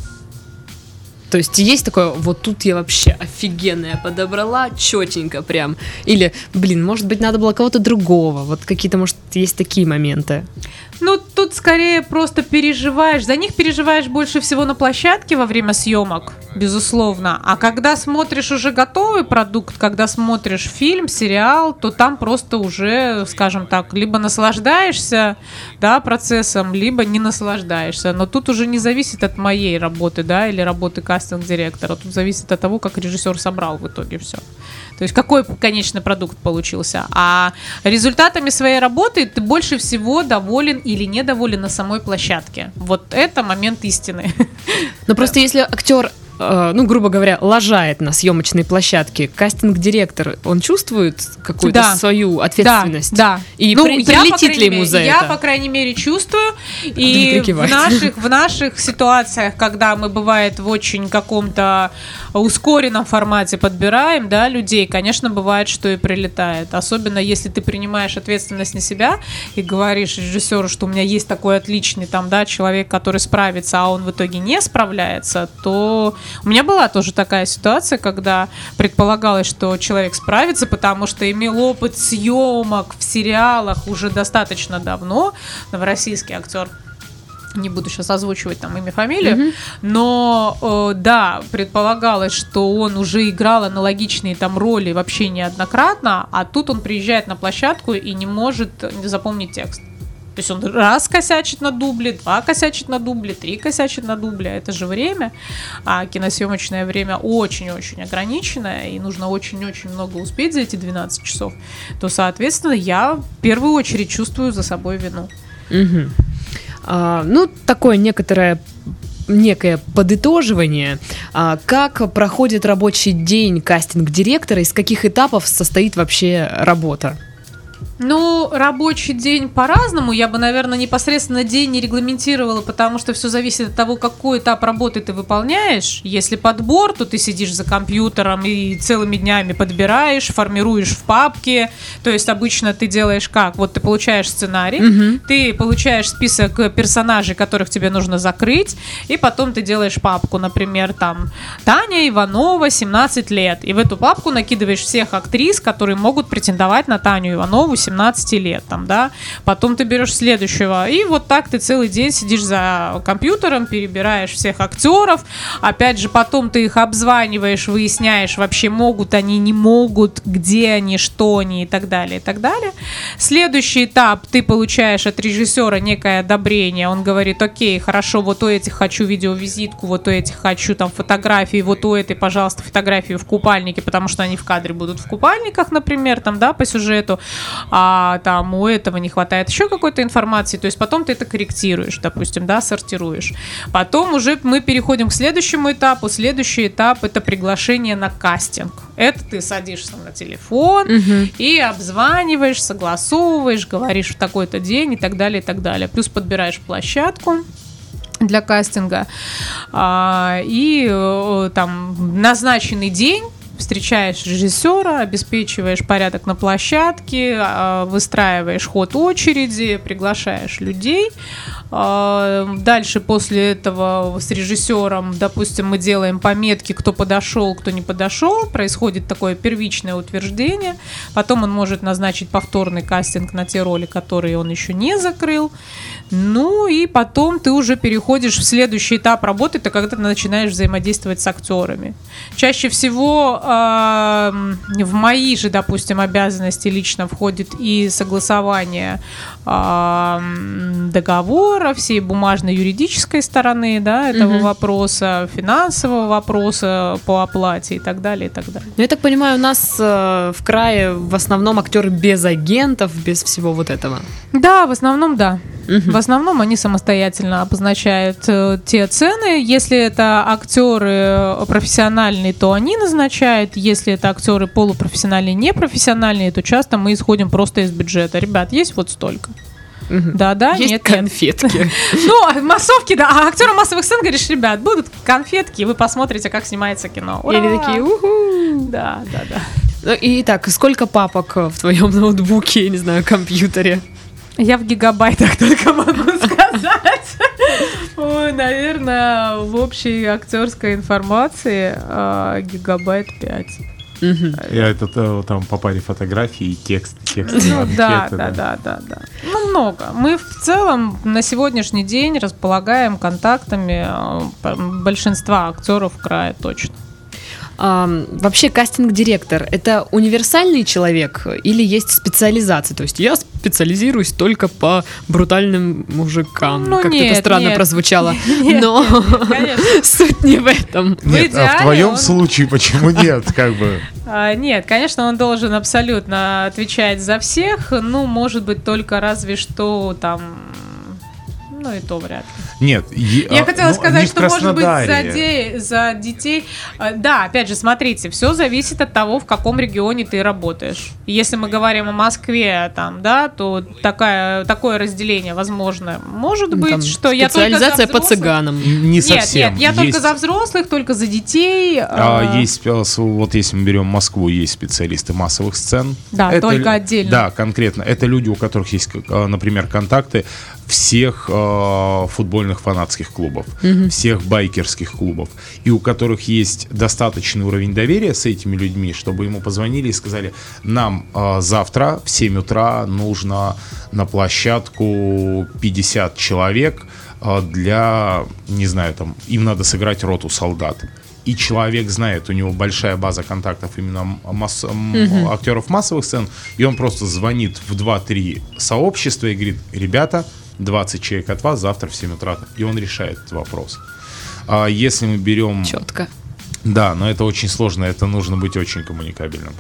A: То есть есть такое, вот тут я вообще офигенная подобрала, четенько прям. Или, может быть, надо было кого-то другого. Вот какие-то, может, есть такие моменты.
B: Ну, тут скорее просто переживаешь. За них переживаешь больше всего на площадке во время съемок, безусловно. А когда смотришь уже готовый продукт, когда смотришь фильм, сериал, то там просто уже, скажем так, либо наслаждаешься, да, процессом, либо не наслаждаешься. Но тут уже не зависит от моей работы, да, или работы кастинг-директора. Тут зависит от того, как режиссер собрал в итоге все. То есть какой конечный продукт получился. А результатами своей работы ты больше всего доволен или недоволен на самой площадке. Вот это момент истины.
A: Но просто если актер, грубо говоря, лажает на съемочной площадке, кастинг-директор, он чувствует какую-то свою ответственность?
B: Да.
A: И прилетит ли ему за это?
B: Я, по крайней мере, чувствую. И в наших ситуациях, когда мы, бывает, в очень каком-то ускоренном формате подбираем, да, людей, конечно, бывает, что и прилетает. Особенно, если ты принимаешь ответственность на себя и говоришь режиссеру, что у меня есть такой отличный там, да, человек, который справится, а он в итоге не справляется, то у меня была тоже такая ситуация, когда предполагалось, что человек справится, потому что имел опыт съемок в сериалах уже достаточно давно. Новороссийский актер. Не буду сейчас озвучивать там имя, фамилию, но да, предполагалось, что он уже играл аналогичные там роли вообще неоднократно, а тут он приезжает на площадку и не может запомнить текст. То есть он раз косячит на дубле, 2 косячит на дубле, 3 косячит на дубле. Это же время, а киносъемочное время очень-очень ограниченное, и нужно очень-очень много успеть за эти 12 часов, то, соответственно, я в первую очередь чувствую за собой вину.
A: Такое некое подытоживание. Как проходит рабочий день кастинг-директора, из каких этапов состоит вообще работа?
B: Ну, рабочий день по-разному. Я бы, наверное, непосредственно день не регламентировала, потому что все зависит от того, какой этап работы ты выполняешь. Если подбор, то ты сидишь за компьютером и целыми днями подбираешь, формируешь в папке. То есть обычно ты делаешь как? Вот ты получаешь сценарий, ты получаешь список персонажей, которых тебе нужно закрыть, и потом ты делаешь папку, например, там Таня Иванова, 17 лет. И в эту папку накидываешь всех актрис, которые могут претендовать на Таню Иванову 17 лет, там, да, потом ты берешь следующего, и вот так ты целый день сидишь за компьютером, перебираешь всех актеров, опять же, потом ты их обзваниваешь, выясняешь, вообще могут они, не могут, где они, что они и так далее, и так далее. Следующий этап, ты получаешь от режиссера некое одобрение, он говорит: окей, хорошо, вот у этих хочу видеовизитку, вот у этих хочу там фотографии, вот у этой, пожалуйста, фотографию в купальнике, потому что они в кадре будут в купальниках, например, там, да, по сюжету, а там у этого не хватает еще какой-то информации, то есть потом ты это корректируешь, допустим, да, сортируешь. Потом уже мы переходим к следующему этапу. Следующий этап — это приглашение на кастинг. Это ты садишься на телефон и обзваниваешь, согласовываешь, говоришь в такой-то день и так далее, и так далее. Плюс подбираешь площадку для кастинга и там назначенный день встречаешь режиссера, обеспечиваешь порядок на площадке, выстраиваешь ход очереди, приглашаешь людей. Дальше после этого с режиссером, допустим, мы делаем пометки, кто подошел, кто не подошел. Происходит такое первичное утверждение. Потом он может назначить повторный кастинг на те роли, которые он еще не закрыл. Ну и потом ты уже переходишь в следующий этап работы, это когда ты начинаешь взаимодействовать с актерами. Чаще всего в мои же, допустим, обязанности лично входит и согласование договора, всей бумажной юридической стороны, да, этого вопроса, финансового вопроса по оплате и так далее, и так далее.
A: Ну, я так понимаю, у нас в крае в основном актеры без агентов, без всего вот этого.
B: Да, в основном да. В основном они самостоятельно обозначают те цены. Если это актеры профессиональные, то они назначают. Если это актеры полупрофессиональные, непрофессиональные, то часто мы исходим просто из бюджета. Ребят, есть вот столько. Да-да,
A: есть
B: нет,
A: конфетки.
B: Нет. Ну, массовки, да. А актерам массовых сцен говоришь: ребят, будут конфетки, и вы посмотрите, как снимается кино.
A: Ура! И они такие: уху!
B: Да.
A: Итак, сколько папок в твоем ноутбуке, я не знаю, компьютере?
B: Я в гигабайтах только могу сказать. Ой, наверное, в общей актерской информации гигабайт 5.
C: Я это там по паре фотографий и текст.
B: Ну, да. Ну, много. Мы в целом на сегодняшний день располагаем контактами большинства актеров края точно.
A: Вообще кастинг-директор — это универсальный человек или есть специализация? То есть я специализируюсь только по брутальным мужикам.
B: Ну,
A: как-то
B: нет,
A: это странно
B: нет.
A: прозвучало.
B: Нет,
A: но суть не в этом.
C: Нет, а в твоем случае почему нет? Как бы.
B: Нет, конечно, он должен абсолютно отвечать за всех. Ну, может быть, только разве что там... Ну, и то вряд ли.
C: Нет.
B: Я хотела сказать, что, может быть, за детей... Да, опять же, смотрите, все зависит от того, в каком регионе ты работаешь. Если мы говорим о Москве, там, да, то такое разделение возможно. Может быть, там, что я только за взрослых...
A: Специализация по цыганам.
C: Не совсем.
B: Нет, я только за взрослых, только за детей.
C: Есть, вот если мы берем Москву, есть специалисты массовых сцен.
B: Да, это, только отдельно.
C: Да, конкретно. Это люди, у которых есть, например, контакты всех футбольных фанатских клубов, всех байкерских клубов, и у которых есть достаточный уровень доверия с этими людьми, чтобы ему позвонили и сказали: нам завтра в 7 утра нужно на площадку 50 человек для, не знаю, там, им надо сыграть роту солдат. И человек знает, у него большая база контактов именно актеров массовых сцен, и он просто звонит в 2-3 сообщества и говорит: ребята, 20 человек от вас завтра в 7 утра. И он решает этот вопрос. Если мы берем...
A: Четко.
C: Да, но это очень сложно, это нужно быть очень коммуникабельным.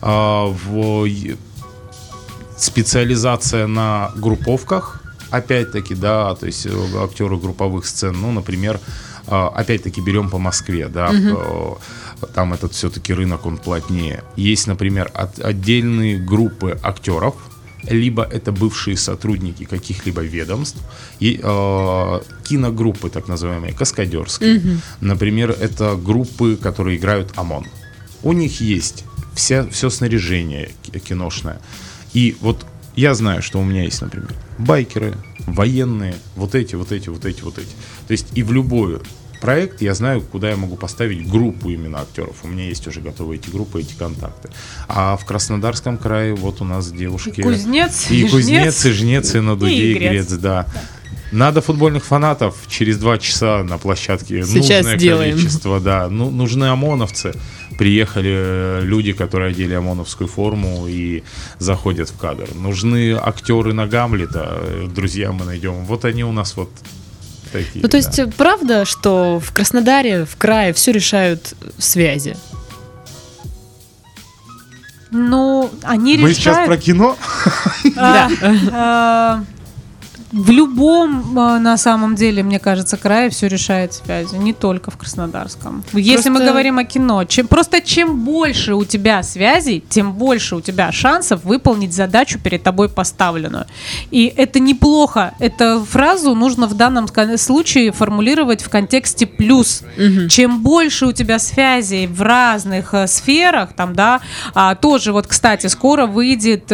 C: Специализация на групповках, опять-таки, да, то есть актеры групповых сцен, ну, например, опять-таки берем по Москве, да, там этот все-таки рынок, он плотнее. Есть, например, отдельные группы актеров, либо это бывшие сотрудники каких-либо ведомств, и киногруппы, так называемые, каскадерские. Например, это группы, которые играют ОМОН. У них есть все снаряжение киношное. И вот я знаю, что у меня есть, например, байкеры, военные, вот эти. То есть и в любой проект я знаю, куда я могу поставить группу именно актеров. У меня есть уже готовые эти группы, эти контакты. А в Краснодарском крае вот у нас девушки...
B: Кузнец,
C: и жнец, и на дуде, и грец, да. Надо футбольных фанатов через 2 часа на площадке.
A: Сейчас
C: нужное
A: сделаем.
C: Количество, да. Нужны ОМОНовцы. Приехали люди, которые одели ОМОНовскую форму и заходят в кадр. Нужны актеры на Гамлета. Друзья, мы найдем. Вот они у нас вот такие.
A: Ну, то есть, правда, что в Краснодаре, в крае все решают связи?
B: Ну, они
C: Мы
B: решают...
C: сейчас про кино?
A: Да.
B: В любом, на самом деле, мне кажется, крае все решает связью, не только в Краснодарском. Если мы говорим о кино, чем больше у тебя связей, тем больше у тебя шансов выполнить задачу перед тобой поставленную. И это неплохо. Эту фразу нужно в данном случае формулировать в контексте плюс. Чем больше у тебя связей в разных сферах, там, да, тоже вот, кстати, скоро выйдет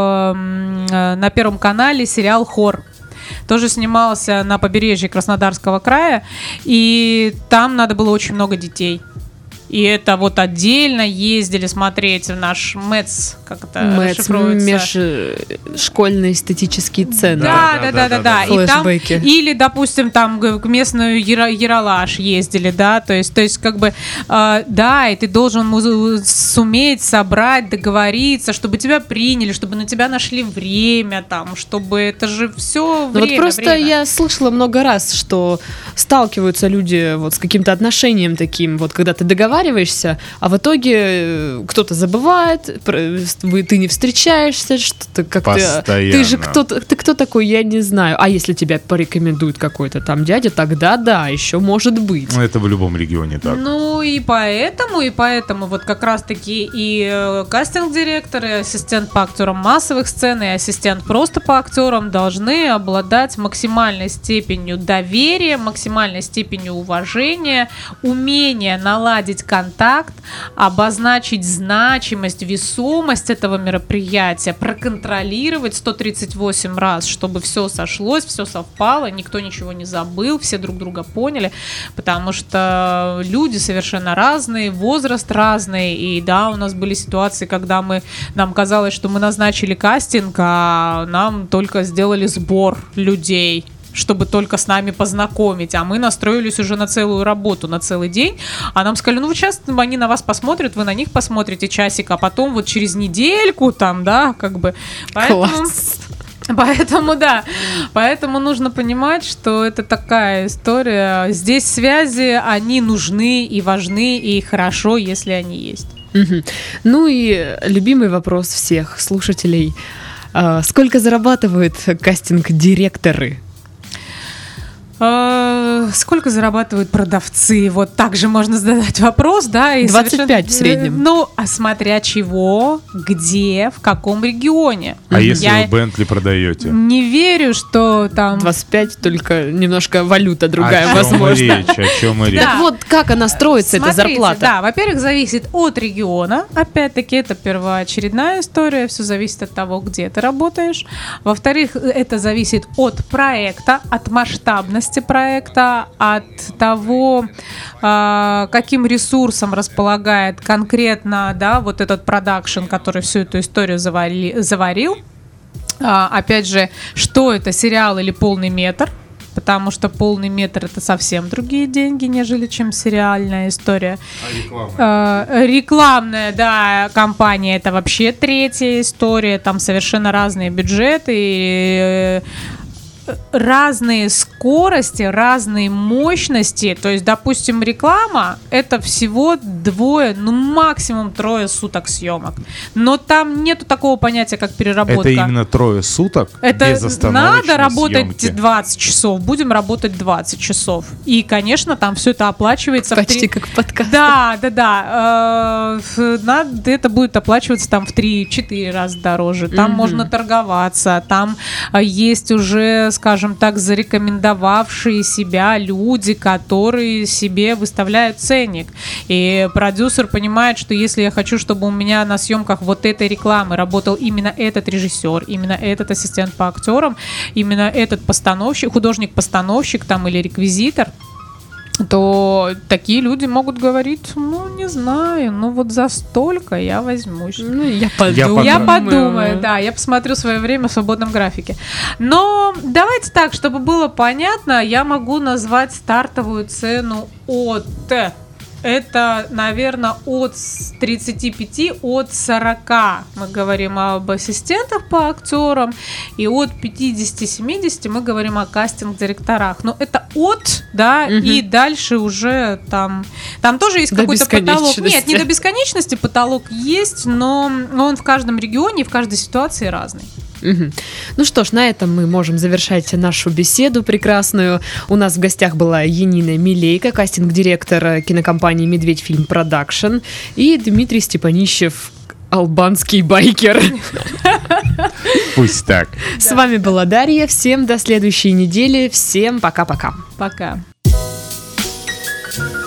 B: на Первом канале сериал «Хор». Тоже снимался на побережье Краснодарского края, и там надо было очень много детей. И это вот отдельно ездили смотреть в наш МЭЦ, как это расшифровывается?
A: Межшкольный эстетический центр.
B: Да. И там, или, допустим, там к местную Ералаш ездили, да, то есть как бы, да, и ты должен суметь собрать, договориться, чтобы тебя приняли, чтобы на тебя нашли время, там, чтобы это же все время.
A: Вот просто я слышала много раз, что сталкиваются люди вот с каким-то отношением таким, вот когда ты договариваешься, а в итоге кто-то забывает, ты не встречаешься, что-то как-то... Ты же кто такой, я не знаю. А если тебя порекомендует какой-то там дядя, тогда да, еще может быть.
C: Ну, это в любом регионе так.
B: Ну, и поэтому вот как раз-таки и кастинг-директор, и ассистент по актерам массовых сцен, и ассистент просто по актерам должны обладать максимальной степенью доверия, максимальной степенью уважения, умения наладить контакт, обозначить значимость, весомость этого мероприятия, проконтролировать 138 раз, чтобы все сошлось, все совпало, никто ничего не забыл, все друг друга поняли, потому что люди совершенно разные, возраст разный, и да, у нас были ситуации, когда нам казалось, что мы назначили кастинг, а нам только сделали сбор людей, чтобы только с нами познакомить, а мы настроились уже на целую работу, на целый день, а нам сказали, ну, сейчас они на вас посмотрят, вы на них посмотрите часик, а потом вот через недельку там, да, как бы, Поэтому нужно понимать, что это такая история, здесь связи, они нужны и важны, и хорошо, если они есть.
A: Ну и любимый вопрос всех слушателей, сколько зарабатывают кастинг-директоры?
B: Сколько зарабатывают продавцы? Вот так же можно задать вопрос, да? И
A: 25 в среднем.
B: Ну, а смотря чего, где, в каком регионе.
C: А если вы Бентли продаете?
B: Не верю, что там...
A: 25, только немножко валюта другая, возможно.
C: О чем и речь?
A: Так вот, как она строится, эта зарплата?
B: Да, во-первых, зависит от региона. Опять-таки, это первоочередная история. Все зависит от того, где ты работаешь. Во-вторых, это зависит от проекта, от масштабности проекта, от того, каким ресурсом располагает конкретно, да, вот этот продакшн, который всю эту историю заварил. Опять же, что это, сериал или полный метр? Потому что полный метр — это совсем другие деньги, нежели чем сериальная история. Рекламная, да, компания — это вообще третья история. Там совершенно разные бюджеты. разные скорости, разные мощности. То есть, допустим, реклама — это всего 2, ну максимум 3 суток съемок. Но там нету такого понятия, как переработка.
C: Это именно 3 суток
B: это
C: без остановочной
B: надо работать
C: съемки.
B: 20 часов, будем работать 20 часов. И, конечно, там все это оплачивается.
A: Почти как в подкасте.
B: Да. Это будет оплачиваться там в 3-4 раза дороже. Там можно торговаться, там есть уже, скажем так, зарекомендовавшие себя люди, которые себе выставляют ценник. И продюсер понимает, что если я хочу, чтобы у меня на съемках вот этой рекламы работал именно этот режиссер, именно этот ассистент по актерам, именно этот постановщик, художник-постановщик там или реквизитор, то такие люди могут говорить, ну, не знаю, ну вот за столько я возьмусь.
A: Ну, я подумаю,
B: да, я посмотрю свое время в свободном графике. Но давайте так, чтобы было понятно, я могу назвать стартовую цену от... Это, наверное, от 35, от 40 мы говорим об ассистентах по актерам, и от 50-70 мы говорим о кастинг-директорах. Но это от, да, и дальше уже там тоже есть какой-то потолок. Нет, не до бесконечности потолок есть, но он в каждом регионе, в каждой ситуации разный.
A: Ну что ж, на этом мы можем завершать нашу беседу прекрасную. У нас в гостях была Янина Милейко, кастинг-директор кинокомпании «Медведь Фильм Продакшн», и Дмитрий Степанищев, албанский байкер.
C: Пусть так.
A: С вами была Дарья. Всем до следующей недели. Всем пока-пока.
B: Пока.